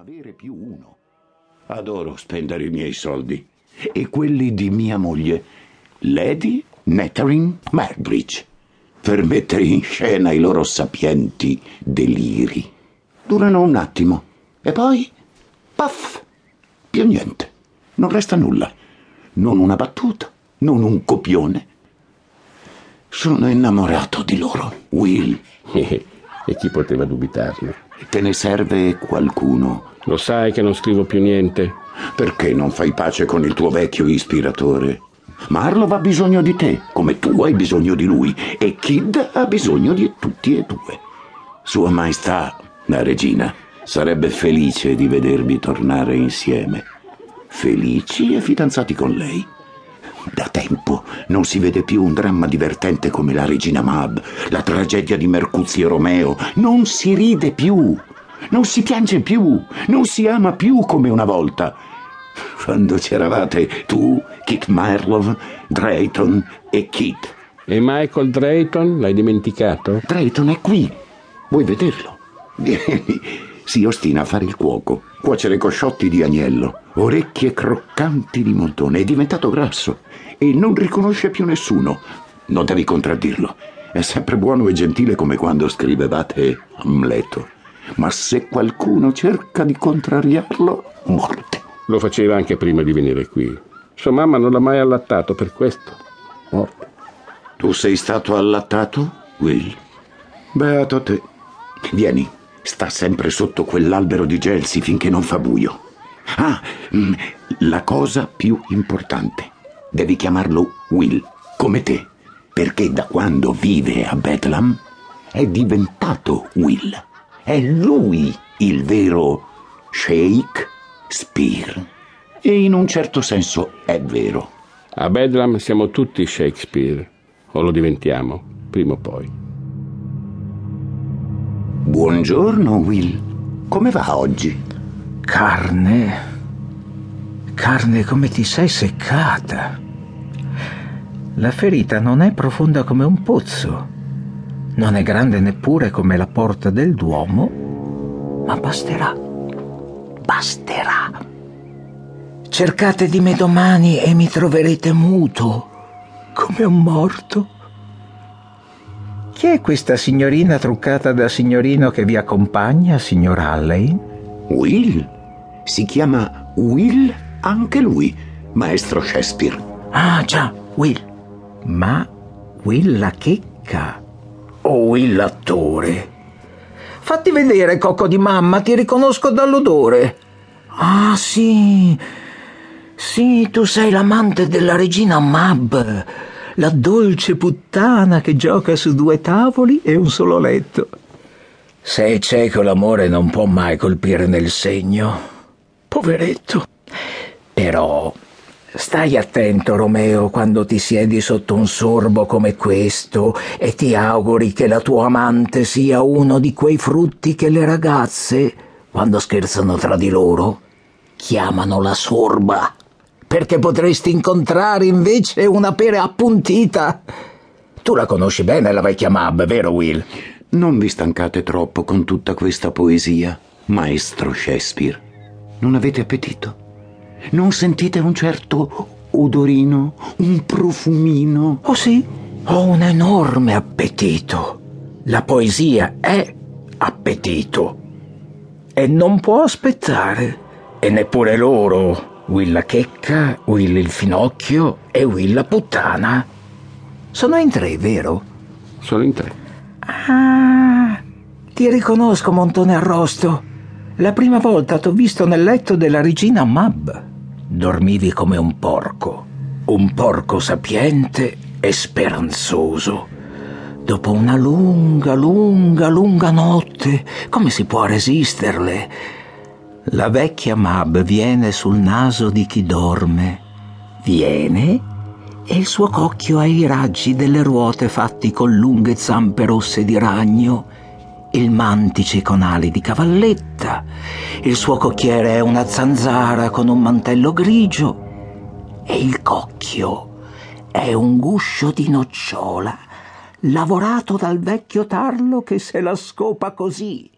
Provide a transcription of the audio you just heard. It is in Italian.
avere più uno. Adoro spendere i miei soldi e quelli di mia moglie, Lady Catherine Marbridge, per mettere in scena i loro sapienti deliri. Durano un attimo e poi, paff, più niente. Non resta nulla. Non una battuta, non un copione. Sono innamorato di loro, Will. E chi poteva dubitarne? Te ne serve qualcuno? Lo sai che non scrivo più niente. Perché non fai pace con il tuo vecchio ispiratore? Marlowe ha bisogno di te, come tu hai bisogno di lui, e Kid ha bisogno di tutti e due. Sua Maestà, la regina, sarebbe felice di vedervi tornare insieme, felici e fidanzati con lei. Da tempo non si vede più un dramma divertente come la Regina Mab, la tragedia di Mercuzio e Romeo. Non si ride più, non si piange più, non si ama più come una volta. Quando c'eravate tu, Kit Marlowe, Drayton e Kit. E Michael Drayton, l'hai dimenticato? Drayton è qui, vuoi vederlo? Vieni, si ostina a fare il cuoco, cuocere cosciotti di agnello, orecchie croccanti di montone, è diventato grasso e non riconosce più nessuno. Non devi contraddirlo, è sempre buono e gentile come quando scrivevate Amleto, ma se qualcuno cerca di contrariarlo, morte. Lo faceva anche prima di venire qui. Sua mamma non l'ha mai allattato per questo. Morte. Tu sei stato allattato, Will? Beato te. Vieni, sta sempre sotto quell'albero di gelsi finché non fa buio. La cosa più importante. Devi chiamarlo Will, come te, perché da quando vive a Bedlam è diventato Will. È lui il vero Shakespeare. E in un certo senso è vero. A Bedlam siamo tutti Shakespeare, o lo diventiamo, prima o poi. Buongiorno, Will. Come va oggi? Carne come ti sei seccata. La ferita non è profonda come un pozzo, non è grande neppure come la porta del Duomo, ma basterà. Cercate di me domani e mi troverete muto, come un morto. Chi è questa signorina truccata da signorino che vi accompagna, signor Alley? Will? Si chiama Will anche lui, maestro Shakespeare. Ah, già, Will. Ma Will la checca o Will l'attore? Fatti vedere, cocco di mamma, ti riconosco dall'odore. Ah, sì, tu sei l'amante della regina Mab, la dolce puttana che gioca su 2 tavoli e un solo letto. Se è cieco l'amore non può mai colpire nel segno. Poveretto. Però stai attento, Romeo, quando ti siedi sotto un sorbo come questo e ti auguri che la tua amante sia uno di quei frutti che le ragazze, quando scherzano tra di loro, chiamano la sorba, perché potresti incontrare invece una pera appuntita. Tu la conosci bene, la vecchia Mab, vero, Will? Non vi stancate troppo con tutta questa poesia, maestro Shakespeare. Non avete appetito? Non sentite un certo odorino, un profumino? Oh sì, ho un enorme appetito. La poesia è appetito e non può aspettare. E neppure loro, Will la checca, Will il finocchio e Will la puttana. Sono in 3, vero? Sono in 3. Ah, ti riconosco, montone arrosto. La prima volta t'ho visto nel letto della regina Mab. Dormivi come un porco sapiente e speranzoso. Dopo una lunga notte, come si può resisterle? La vecchia Mab viene sul naso di chi dorme. Viene e il suo cocchio ha i raggi delle ruote fatti con lunghe zampe rosse di ragno, il mantice con ali di cavalletta, il suo cocchiere è una zanzara con un mantello grigio e il cocchio è un guscio di nocciola lavorato dal vecchio tarlo che se la scopa così.